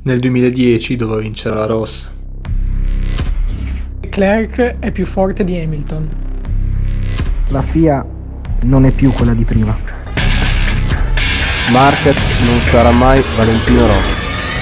Nel 2010 doveva vincere la Ross. Leclerc è più forte di Hamilton. La FIA non è più quella di prima. Marquez non sarà mai Valentino Rossi.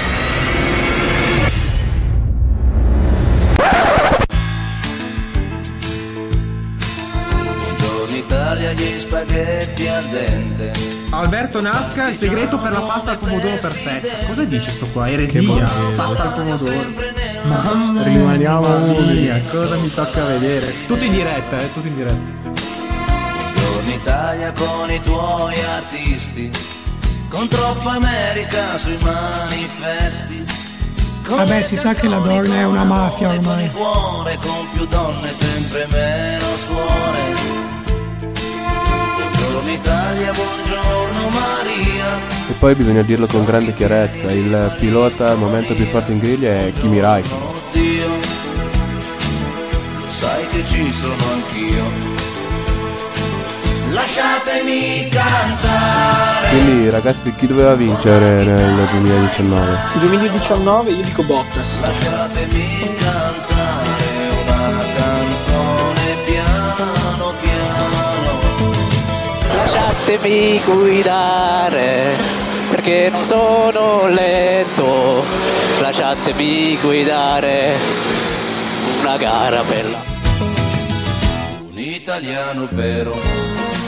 Buongiorno Italia, gli spaghetti al dente. Alberto Nasca, il segreto per la pasta al pomodoro perfetta. Cosa dice sto qua? Eresia? Pasta al pomodoro. Mamma mia, cosa mi tocca vedere? Tutto in diretta, tutto in diretta. Buongiorno Italia con i tuoi artisti, con troppa America sui manifesti. Vabbè, si sa che la donna è una mafia ormai. Con il cuore, con più donne, sempre meno suore. Buongiorno Italia, buongiorno Maria. E poi bisogna dirlo con grande chiarezza, il pilota al momento più forte in griglia è Kimi Räikkönen. Oddio, sai che ci sono anch'io. Lasciatemi cantare. Quindi ragazzi, chi doveva vincere nel 2019? 2019 io dico Bottas. Lasciatemi cantare una canzone piano piano. Lasciatemi guidare, perché non sono lento. Lasciatemi guidare una gara bella. Un italiano vero.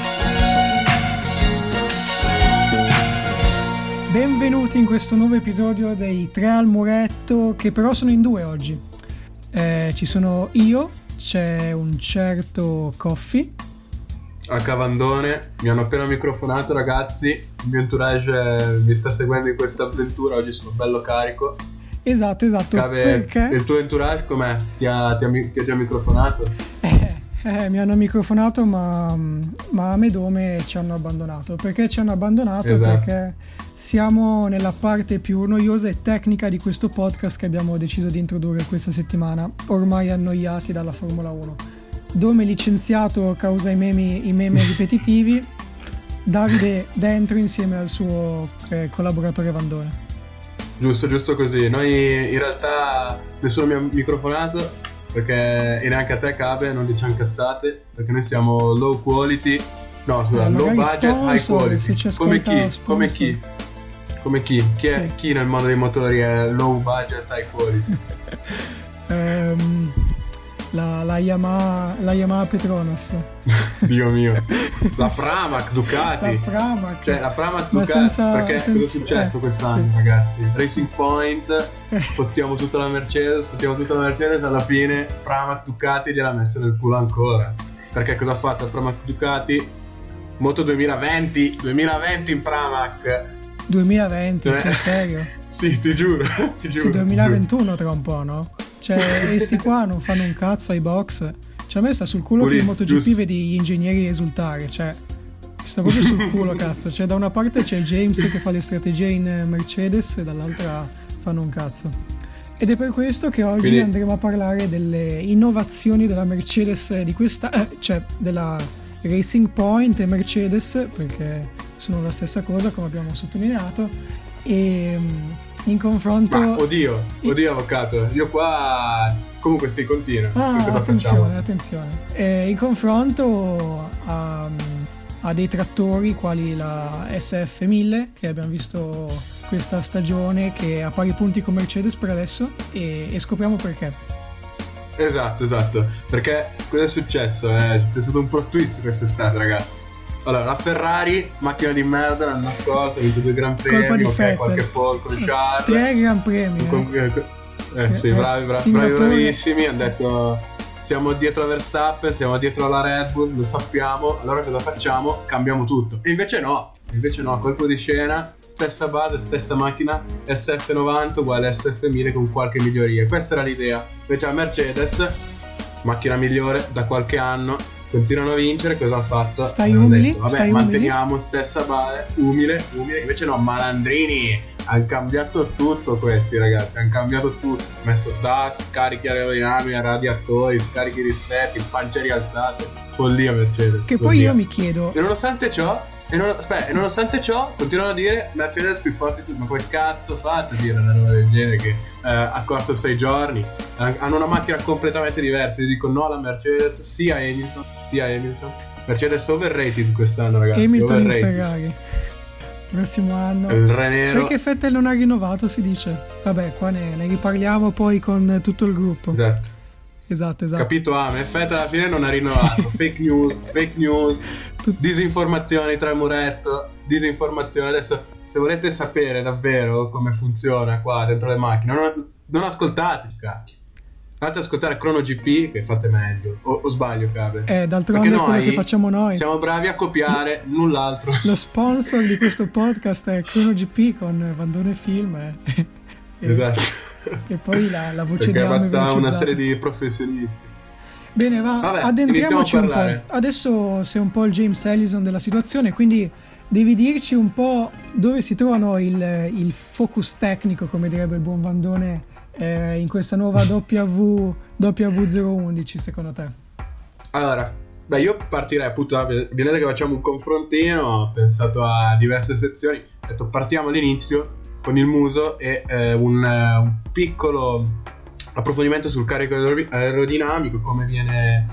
Benvenuti in questo nuovo episodio dei Tre al Muretto, che però sono in due oggi. Ci sono io, c'è un certo Coffee. A Cavandone, mi hanno appena microfonato ragazzi, il mio entourage mi sta seguendo in questa avventura, oggi sono bello carico. Esatto, perché? Il tuo entourage com'è? Ti ha già microfonato? Mi hanno microfonato ma a Medome ci hanno abbandonato. Perché ci hanno abbandonato? Esatto. Perché siamo nella parte più noiosa e tecnica di questo podcast che abbiamo deciso di introdurre questa settimana, ormai annoiati dalla Formula 1. Dome licenziato causa i meme ripetitivi, Davide dentro insieme al suo collaboratore Vandone. Giusto così, noi in realtà nessuno mi ha microfonato perché e neanche a te Cabe, non diciamo cazzate, perché noi siamo low quality, no scusa, low budget, sponsor, high quality. Come chi? Chi nel mondo dei motori è low budget, high quality? La Yamaha Petronas. Dio mio. La Pramac Ducati. La Pramac Ducati. Perché cosa è successo quest'anno, ragazzi? Racing Point, fottiamo tutta la Mercedes, alla fine Pramac Ducati gliel'ha messa nel culo ancora. Perché cosa ha fatto la Pramac Ducati? Moto 2020 in Pramac. 2020, sei serio? Sì, ti giuro. Sì, 2021 tra un po', no? Cioè, questi qua non fanno un cazzo ai box. Cioè, a me sta sul culo che in MotoGP giusto. Vedi gli ingegneri esultare. Cioè, sta proprio sul culo, cazzo. Cioè, da una parte c'è James che fa le strategie in Mercedes e dall'altra fanno un cazzo. Ed è per questo che oggi andremo a parlare delle innovazioni della Mercedes di questa... cioè, della Racing Point e Mercedes, perché sono la stessa cosa, come abbiamo sottolineato. E... in confronto... Ma oddio avvocato, io qua comunque si continua. Attenzione. In confronto a dei trattori quali la SF1000 che abbiamo visto questa stagione, che ha pari punti con Mercedes per adesso, e scopriamo perché. Esatto, perché cosa è successo? C'è stato un plot twist quest'estate, ragazzi. Allora, la Ferrari, macchina di merda, l'anno scorso ha vinto 2 gran premi, qualche pole con Charles. 3 gran premi. Sì, bravissimi. Hanno detto siamo dietro a Verstappen, siamo dietro alla Red Bull, lo sappiamo, allora cosa facciamo? Cambiamo tutto. E invece no, colpo di scena, stessa base, stessa macchina, SF90 uguale SF1000 con qualche miglioria. Questa era l'idea. Invece la Mercedes, macchina migliore da qualche anno, continuano a vincere. Cosa hanno fatto? Stai umili? Manteniamo stessa base, umile. Invece no, malandrini. Hanno cambiato tutto questi ragazzi, hanno cambiato tutto. Messo DAS, scarichi aerodinamica, radiatori, scarichi ristretti, pance rialzate. Follia Mercedes. Che poi io mi chiedo, e nonostante ciò E nonostante ciò continuano a dire Mercedes più forte di tutti. Ma come cazzo fate a dire una roba del genere che ha corso 6 giorni, hanno una macchina completamente diversa? Io dico no alla Mercedes, sia Hamilton. Mercedes overrated quest'anno, ragazzi. Hamilton in Ferrari prossimo anno. Il Re Nero. Sai che Vettel non ha rinnovato, si dice. Vabbè, qua ne riparliamo poi con tutto il gruppo. Esatto. Capito? Vettel alla fine non ha rinnovato. Fake news, disinformazioni tra il muretto, disinformazione. Adesso, se volete sapere davvero come funziona qua dentro le macchine, non ascoltate, cacchio. Andate ad ascoltare Chrono GP che fate meglio. O sbaglio, Cabe? D'altronde è quello che facciamo noi. Siamo bravi a copiare, null'altro. Lo sponsor di questo podcast è Chrono GP con Vandone Film. Esatto. E poi la voce di Amo basta una serie di professionisti. Bene, addentriamoci un po'. Adesso sei un po' il James Ellison della situazione, quindi devi dirci un po' dove si trovano il focus tecnico, come direbbe il buon Vandone, in questa nuova W011 secondo te. Allora, io partirei appunto, vedete che facciamo un confrontino, ho pensato a diverse sezioni, ho detto partiamo all'inizio con il muso e un piccolo approfondimento sul carico aerodinamico, come viene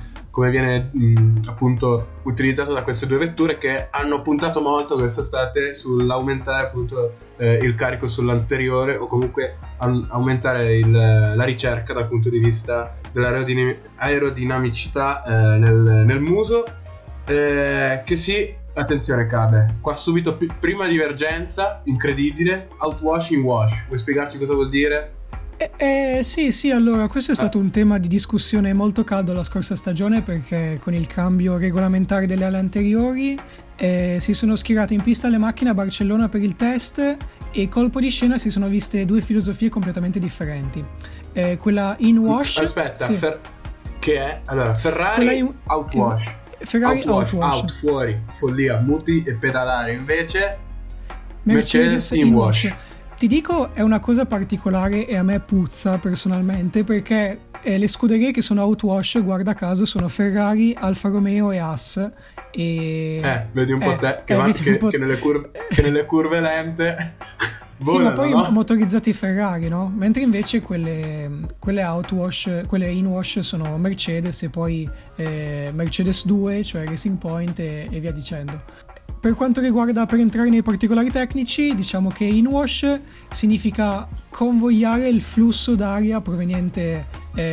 appunto utilizzato da queste due vetture, che hanno puntato molto quest'estate sull'aumentare appunto il carico sull'anteriore, o comunque aumentare la ricerca dal punto di vista dell'aerodinamicità nel muso, che sì. Attenzione, Cabe, qua subito prima divergenza incredibile, outwash in wash. Vuoi spiegarci cosa vuol dire? Sì, allora questo è stato un tema di discussione molto caldo la scorsa stagione, perché con il cambio regolamentare delle ali anteriori si sono schierate in pista le macchine a Barcellona per il test, e colpo di scena si sono viste due filosofie completamente differenti. Quella in wash, aspetta, sì. Che è? Allora, Ferrari outwash. Ferrari outwash, out, fuori, follia, muti e pedalare. Invece Mercedes in wash. Ti dico, è una cosa particolare e a me puzza personalmente, perché le scuderie che sono outwash, guarda caso, sono Ferrari, Alfa Romeo e Haas. Vedi un po' te che nelle curve lente volano, sì, ma poi no? motorizzati Ferrari, no? Mentre invece quelle outwash, quelle in wash sono Mercedes, e poi Mercedes 2, cioè Racing Point e via dicendo. Per quanto riguarda, per entrare nei particolari tecnici, diciamo che in wash significa convogliare il flusso d'aria proveniente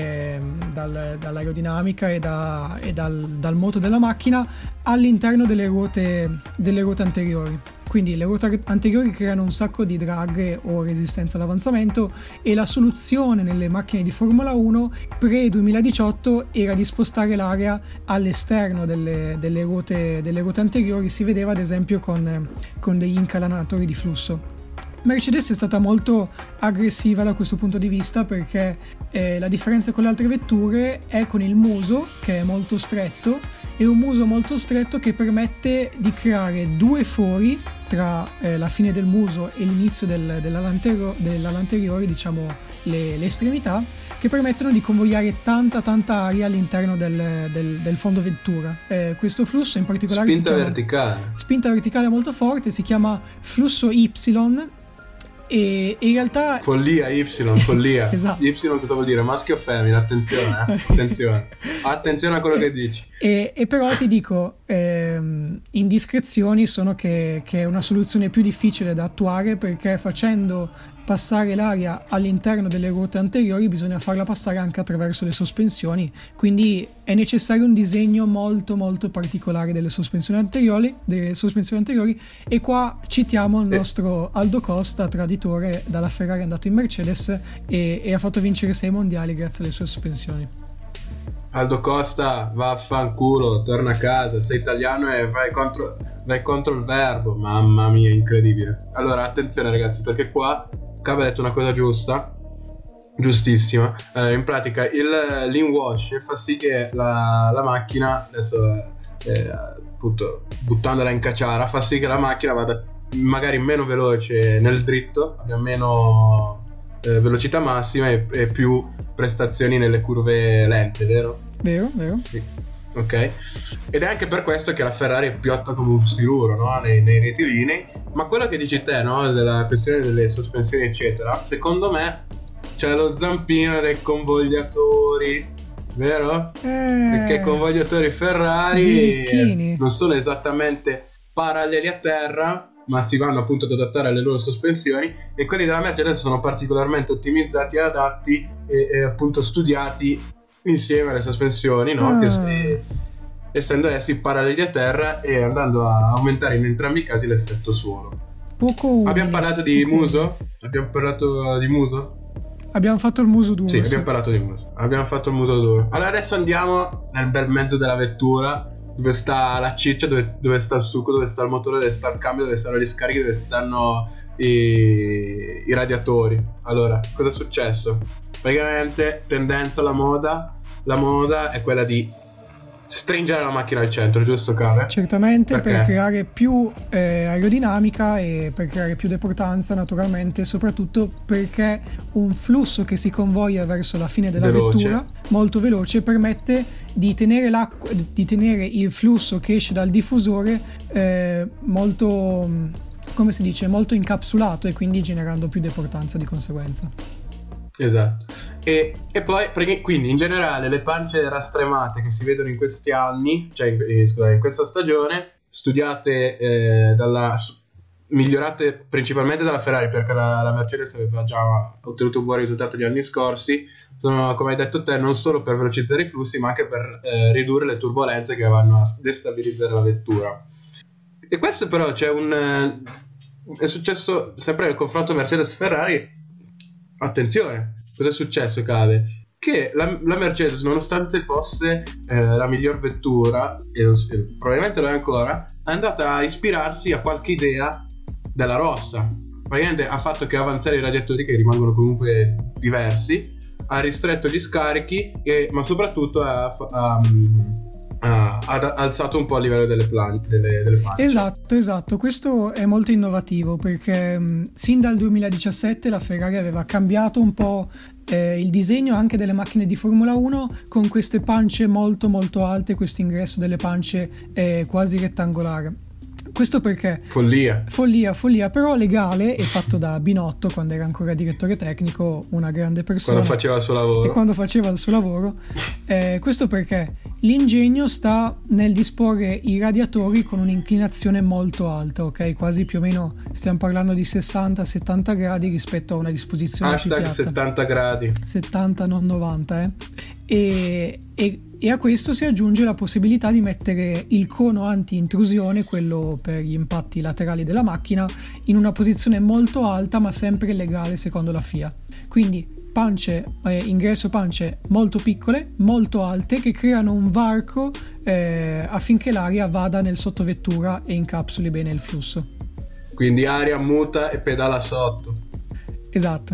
dall'aerodinamica e dal moto della macchina all'interno delle ruote anteriori. Quindi le ruote anteriori creano un sacco di drag o resistenza all'avanzamento, e la soluzione nelle macchine di Formula 1 pre-2018 era di spostare l'aria all'esterno delle ruote anteriori. Si vedeva ad esempio con degli incalanatori di flusso. Mercedes è stata molto aggressiva da questo punto di vista, perché la differenza con le altre vetture è con il muso, che è molto stretto, e un muso molto stretto che permette di creare due fori tra la fine del muso e l'inizio dell'ala anteriore, diciamo le estremità, che permettono di convogliare tanta aria all'interno del fondo vettura. Questo flusso in particolare spinta verticale molto forte, si chiama flusso Y, e in realtà follia. Esatto. Y cosa vuol dire? Maschio o femmina? Attenzione a quello che dici. E però ti dico, indiscrezioni sono che è una soluzione più difficile da attuare, perché facendo passare l'aria all'interno delle ruote anteriori bisogna farla passare anche attraverso le sospensioni, quindi è necessario un disegno molto molto particolare delle sospensioni anteriori, e qua citiamo il nostro Aldo Costa, traditore dalla Ferrari, è andato in Mercedes e ha fatto vincere 6 mondiali grazie alle sue sospensioni. Aldo Costa, vaffanculo, torna a casa, sei italiano e vai contro il verbo, mamma mia, incredibile. Allora attenzione ragazzi, perché qua Cabe ha detto una cosa giustissima. In pratica l'inwash fa sì che la macchina, adesso appunto buttandola in cacciara, fa sì che la macchina vada magari meno veloce nel dritto, abbia meno velocità massima e più prestazioni nelle curve lente, vero? Vero. Sì. ok? Ed è anche per questo che la Ferrari è piotta come un siluro, no? Nei rettilinei. Ma quello che dici te, no? Della questione delle sospensioni eccetera, secondo me c'è lo zampino dei convogliatori, vero? Perché i convogliatori Ferrari non sono esattamente paralleli a terra, ma si vanno appunto ad adattare alle loro sospensioni, e quelli della Mercedes sono particolarmente ottimizzati e adatti e appunto studiati insieme alle sospensioni, no? Che essendo essi paralleli a terra e andando a aumentare in entrambi i casi l'effetto suolo. Abbiamo parlato di muso? Abbiamo fatto il muso duro. Sì, abbiamo parlato di muso. Abbiamo fatto il muso duro. Allora adesso andiamo nel bel mezzo della vettura, dove sta la ciccia, dove sta il succo, dove sta il motore, dove sta il cambio, dove stanno gli scarichi, dove stanno i radiatori. Allora, cosa è successo? Praticamente, tendenza alla moda. La moda è quella di stringere la macchina al centro, giusto Cave? Certamente. Perché? Per creare più aerodinamica e per creare più deportanza, naturalmente, soprattutto perché un flusso che si convoglia verso la fine della vettura, molto veloce, permette di tenere il flusso che esce dal diffusore molto, come si dice, molto incapsulato, e quindi generando più deportanza di conseguenza. Esatto. E poi quindi in generale le pance rastremate che si vedono in questi anni, cioè in questa stagione, studiate migliorate principalmente dalla Ferrari, perché la Mercedes aveva già ottenuto un buon risultato gli anni scorsi, sono, come hai detto te, non solo per velocizzare i flussi, ma anche per ridurre le turbolenze che vanno a destabilizzare la vettura. E questo però è successo sempre nel confronto Mercedes-Ferrari. Attenzione, cosa è successo, Cave? Che la Mercedes, nonostante fosse la miglior vettura, e probabilmente lo è ancora, è andata a ispirarsi a qualche idea della rossa. Praticamente ha fatto che avanzare i radiatori, che rimangono comunque diversi, ha ristretto gli scarichi, ma soprattutto ha alzato un po' il livello delle pance. Esatto, questo è molto innovativo, perché sin dal 2017 la Ferrari aveva cambiato un po' il disegno anche delle macchine di Formula 1, con queste pance molto molto alte, questo ingresso delle pance quasi rettangolare. Questo perché? Follia, però legale, e fatto da Binotto quando era ancora direttore tecnico, una grande persona. Quando faceva il suo lavoro. Questo perché l'ingegno sta nel disporre i radiatori con un'inclinazione molto alta, ok? Quasi più o meno stiamo parlando di 60-70 gradi rispetto a una disposizione più piatta. 70 gradi. 70, non 90, E a questo si aggiunge la possibilità di mettere il cono anti-intrusione, quello per gli impatti laterali della macchina, in una posizione molto alta, ma sempre legale secondo la FIA. Quindi ingresso pance molto piccole, molto alte, che creano un varco affinché l'aria vada nel sottovettura e incapsuli bene il flusso. Quindi aria muta e pedala sotto. Esatto.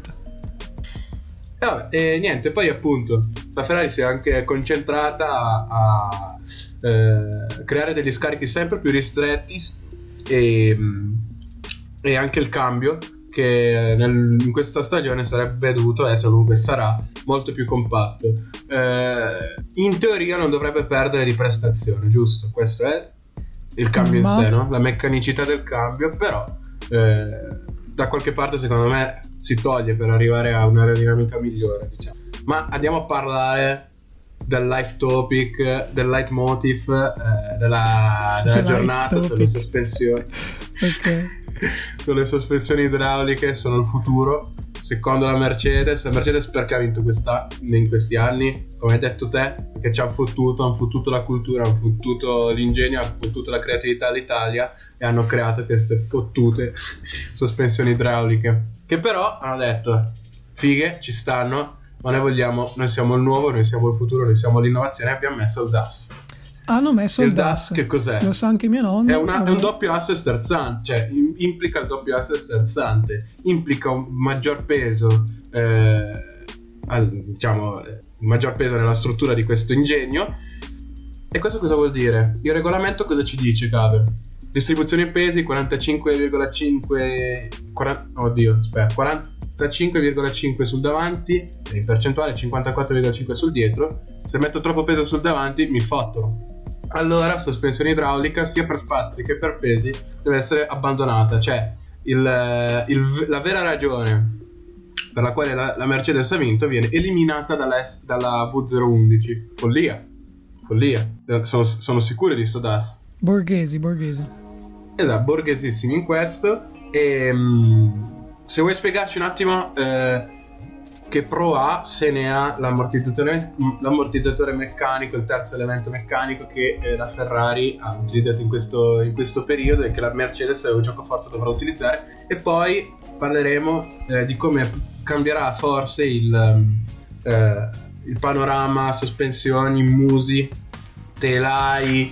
E niente, poi appunto la Ferrari si è anche concentrata a creare degli scarichi sempre più ristretti, e anche il cambio, che in questa stagione sarebbe dovuto essere, comunque sarà, molto più compatto. In teoria non dovrebbe perdere di prestazione, giusto? Questo è il cambio in sé, no? La meccanicità del cambio, però da qualche parte secondo me si toglie per arrivare a un'aerodinamica migliore, diciamo. Ma andiamo a parlare del life topic, del leitmotiv della giornata, sulle sospensioni. Ok. Le sospensioni idrauliche sono il futuro, secondo la Mercedes. La Mercedes perché ha vinto in questi anni? Come hai detto te, perché ci hanno fottuto la cultura, hanno fottuto l'ingegno, hanno fottuto la creatività all'Italia, e hanno creato queste fottute sospensioni idrauliche, che però hanno detto fighe, ci stanno, ma noi siamo il nuovo, noi siamo il futuro, noi siamo l'innovazione, e abbiamo messo il DAS. Hanno messo il DAS. Che cos'è? Lo sa anche mio nonno. È un doppio asse sterzante, cioè implica il doppio asse sterzante, implica un maggior peso, diciamo un maggior peso nella struttura di questo ingegno. E questo cosa vuol dire? Il regolamento cosa ci dice, Cave? Distribuzione pesi 45,5 40 55,5 sul davanti, in percentuale 54,5 sul dietro. Se metto troppo peso sul davanti mi fottono. Allora sospensione idraulica sia per spazi che per pesi deve essere abbandonata. Cioè la vera ragione per la quale la Mercedes ha vinto viene eliminata dalla V011. Follia. Sono sicuro di sto DAS. Borghesi. Esatto, borghesissimi in questo. E se vuoi spiegarci un attimo che pro ha, se ne ha l'ammortizzatore meccanico, il terzo elemento meccanico che la Ferrari ha utilizzato in questo periodo e che la Mercedes a gioco forza dovrà utilizzare. E poi parleremo di come cambierà forse il panorama, sospensioni, musi, telai,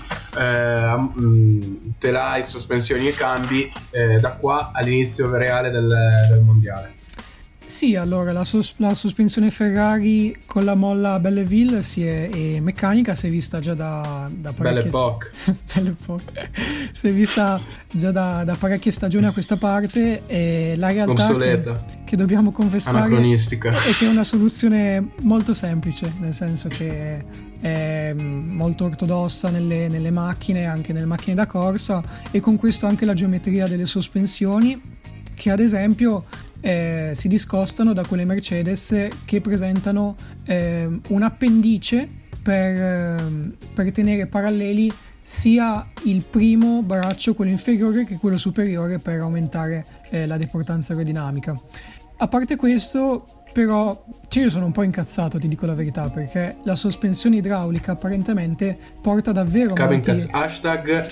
sospensioni e cambi da qua all'inizio reale del mondiale. Sì, allora la sospensione Ferrari con la molla Belleville e meccanica si è vista già da parecchie si è vista già da parecchie stagioni a questa parte, e la realtà che dobbiamo confessare anacronistica è che è una soluzione molto semplice, nel senso che è molto ortodossa nelle macchine, anche nelle macchine da corsa, e con questo anche la geometria delle sospensioni, che ad esempio si discostano da quelle Mercedes che presentano un appendice per tenere paralleli sia il primo braccio, quello inferiore, che quello superiore, per aumentare la deportanza aerodinamica. A parte questo, però, io sono un po' incazzato, ti dico la verità, perché la sospensione idraulica apparentemente porta davvero hashtag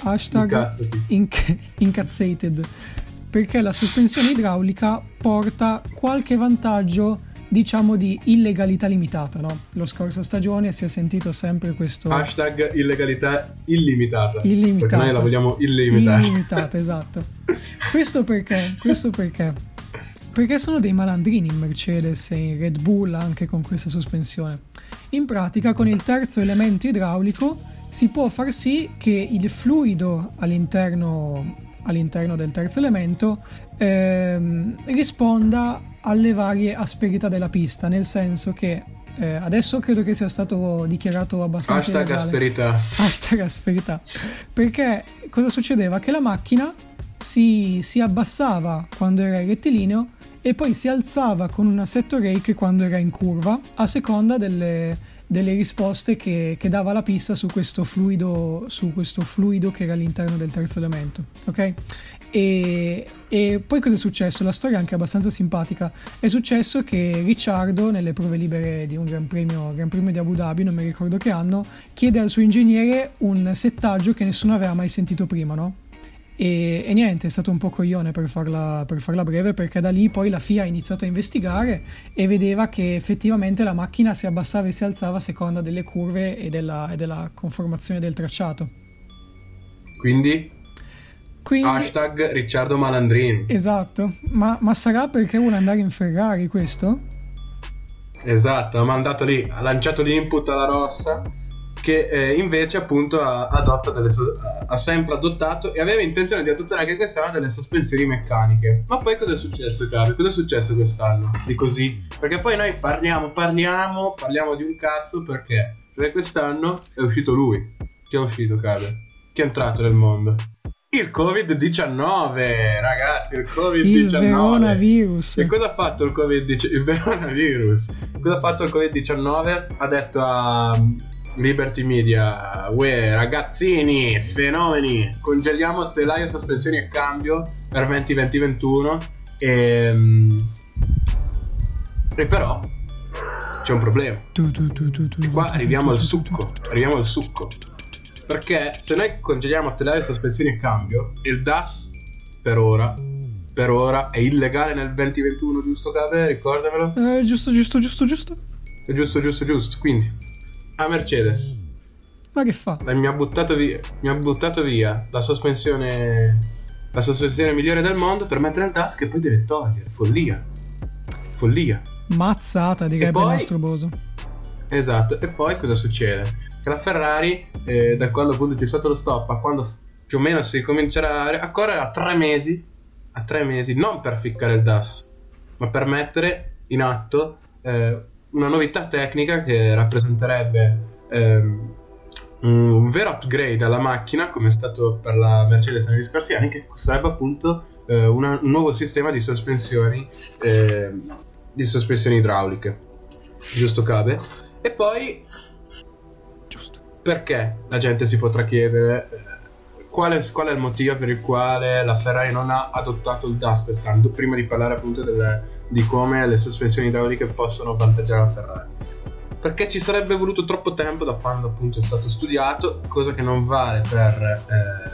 incazzated, perché la sospensione idraulica porta qualche vantaggio, diciamo, di illegalità limitata, no? Lo scorso stagione si è sentito sempre questo hashtag illegalità illimitata, perché noi la vogliamo illimitata, esatto. Questo perché sono dei malandrini in Mercedes e in Red Bull anche con questa sospensione. In pratica, con il terzo elemento idraulico si può far sì che il fluido all'interno del terzo elemento risponda alle varie asperità della pista, nel senso che adesso credo che sia stato dichiarato abbastanza hashtag asperità, perché cosa succedeva? Che la macchina si abbassava quando era in rettilineo e poi si alzava con un assetto rake quando era in curva, a seconda delle risposte che dava la pista su questo fluido che era all'interno del terzo elemento, ok? E poi cosa è successo? La storia è anche abbastanza simpatica. È successo che Ricciardo, nelle prove libere di un Gran Premio di Abu Dhabi, non mi ricordo che anno, chiede al suo ingegnere un settaggio che nessuno aveva mai sentito prima, no? E niente, è stato un po' coglione, per farla breve, perché da lì poi la FIA ha iniziato a investigare e vedeva che effettivamente la macchina si abbassava e si alzava a seconda delle curve e della conformazione del tracciato. Quindi hashtag Ricciardo Malandrini. Esatto, ma sarà perché vuole andare in Ferrari questo? Esatto, ha lanciato l'input alla rossa, che invece appunto ha sempre adottato e aveva intenzione di adottare anche quest'anno delle sospensioni meccaniche. Ma poi cosa è successo, caro? Cosa è successo quest'anno di così? Perché poi noi parliamo di un cazzo, perché quest'anno è uscito lui. Chi è uscito, caro? Chi è entrato nel mondo? Il Covid-19, ragazzi, il Covid-19. Il Veronavirus. E cosa ha fatto il Covid-19? Il Veronavirus. Cosa ha fatto il Covid-19? Ha detto a Liberty Media: uè, ragazzini, fenomeni, congeliamo telaio, sospensioni e cambio per 2020-21 e però c'è un problema. Qua arriviamo al succo. Perché se noi congeliamo telaio, sospensioni e cambio, il DAS per ora è illegale nel 2021, giusto, Gabe? Ricordamelo. Giusto. È giusto. Quindi a Mercedes, ma che fa? Mi ha buttato via la sospensione migliore del mondo per mettere il DAS che poi deve togliere. Follia. Mazzata, direbbe il nostro Boso. Esatto. E poi cosa succede? Che la Ferrari, da quando appunto c'è stato lo stop a quando più o meno si comincerà a correre, a 3 mesi, non per ficcare il DAS, ma per mettere in atto una novità tecnica che rappresenterebbe un vero upgrade alla macchina, come è stato per la Mercedes negli scorsi anni, che sarebbe appunto un nuovo sistema di sospensioni idrauliche, giusto Cabe? E poi perché la gente si potrà chiedere qual è il motivo per il quale la Ferrari non ha adottato il DAS quest'anno, prima di parlare appunto di come le sospensioni idrauliche possono vantaggiare la Ferrari. Perché ci sarebbe voluto troppo tempo da quando appunto è stato studiato, cosa che non vale per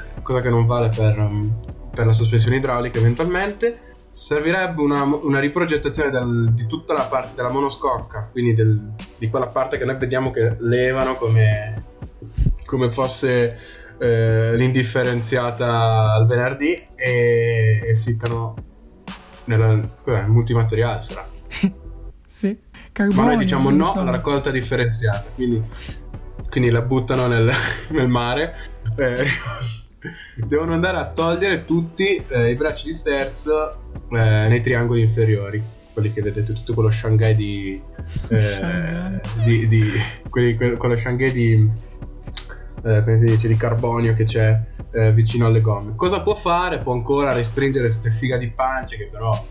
la sospensione idraulica. Eventualmente servirebbe una riprogettazione di tutta la parte della monoscocca, quindi di quella parte che noi vediamo che levano come fosse l'indifferenziata al venerdì e ficcano nel multimateriale, sarà. Sì, carbonio, ma noi diciamo no alla raccolta differenziata, quindi la buttano nel mare. Devono andare a togliere tutti i bracci di sterzo nei triangoli inferiori, quelli che vedete, tutto quello Shanghai quello Shanghai come si dice, di carbonio che c'è vicino alle gomme. Cosa può fare? Può ancora restringere queste figa di pance, che però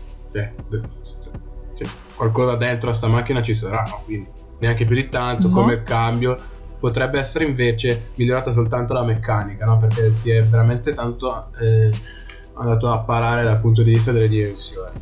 qualcosa dentro a sta macchina ci sarà, no? Quindi neanche più di tanto. Come il cambio potrebbe essere invece migliorata soltanto la meccanica, no? Perché si è veramente tanto andato a parare dal punto di vista delle dimensioni.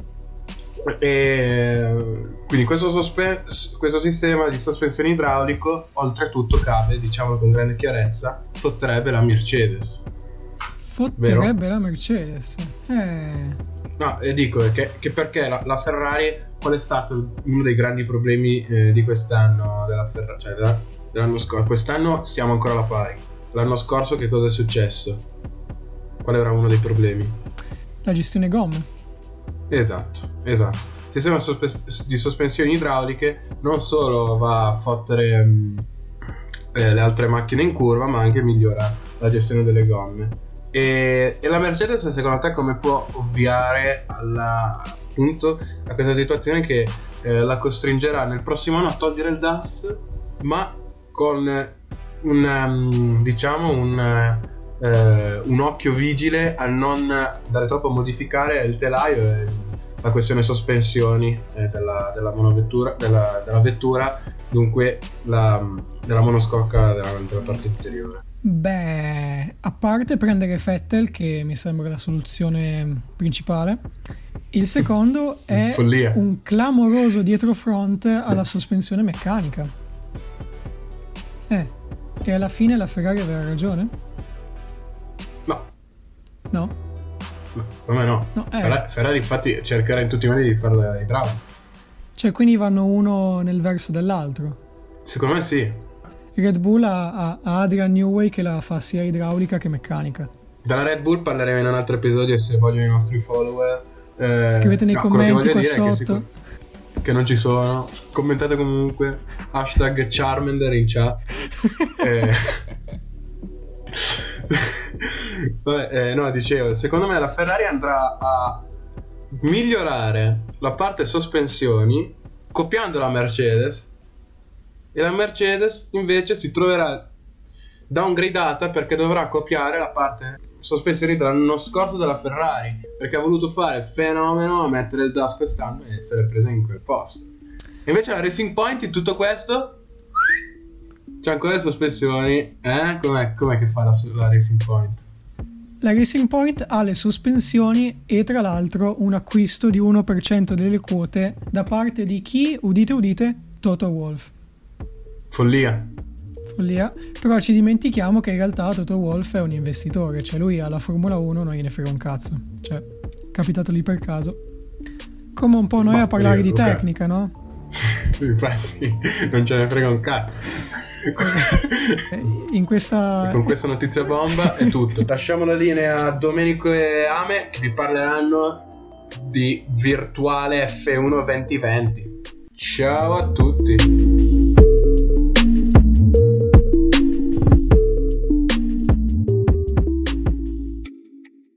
E quindi questo sistema di sospensione idraulico, oltretutto, Cabe, diciamo con grande chiarezza, fotterebbe la Mercedes. Fotterebbe la Mercedes? No, dico che perché la Ferrari, qual è stato uno dei grandi problemi di quest'anno della Ferrari, cioè dell'anno scorso? Quest'anno siamo ancora alla pari. L'anno scorso che cosa è successo? Qual era uno dei problemi? La gestione gomme. Esatto. Il sistema di sospensioni idrauliche non solo va a fottere le altre macchine in curva, ma anche migliora la gestione delle gomme. E la Mercedes, secondo te, come può ovviare appunto a questa situazione che la costringerà nel prossimo anno a togliere il DAS, ma con un occhio vigile a non dare troppo a modificare il telaio e la questione sospensioni della monovettura, della vettura, dunque della monoscocca della parte interiore? Beh, a parte prendere Vettel, che mi sembra la soluzione principale, il secondo è follia. Un clamoroso dietrofront alla sospensione meccanica. E alla fine la Ferrari aveva ragione? No? Come no? Ferrari infatti cercherà in tutti i modi di farla idraulica. Cioè, quindi vanno uno nel verso dell'altro? Secondo me sì. Red Bull ha Adrian Newey che la fa sia idraulica che meccanica. Dalla Red Bull parleremo in un altro episodio, se vogliono i nostri follower. Scrivete nei commenti qua sotto. Che non ci sono. Commentate comunque. #Charmander in chat. Dicevo, secondo me la Ferrari andrà a migliorare la parte sospensioni copiando la Mercedes, e la Mercedes invece si troverà downgradata perché dovrà copiare la parte sospensioni dell'anno scorso della Ferrari, perché ha voluto fare il fenomeno a mettere il DAS quest'anno e se l'è presa in quel posto. E invece la Racing Point in tutto questo c'è ancora le sospensioni. Com'è che fa la Racing Point? La Racing Point ha le sospensioni e tra l'altro un acquisto di 1% delle quote da parte di chi? Udite udite, Toto Wolff. Follia. Però ci dimentichiamo che in realtà Toto Wolff è un investitore, cioè lui alla Formula 1 non gliene frega un cazzo, cioè è capitato lì per caso, come un po' noi a parlare di tecnica, no? Infatti non ce ne frega un cazzo. Con questa notizia bomba è tutto. Lasciamo la linea a Domenico e Ame che vi parleranno di virtuale F1 2020. Ciao a tutti.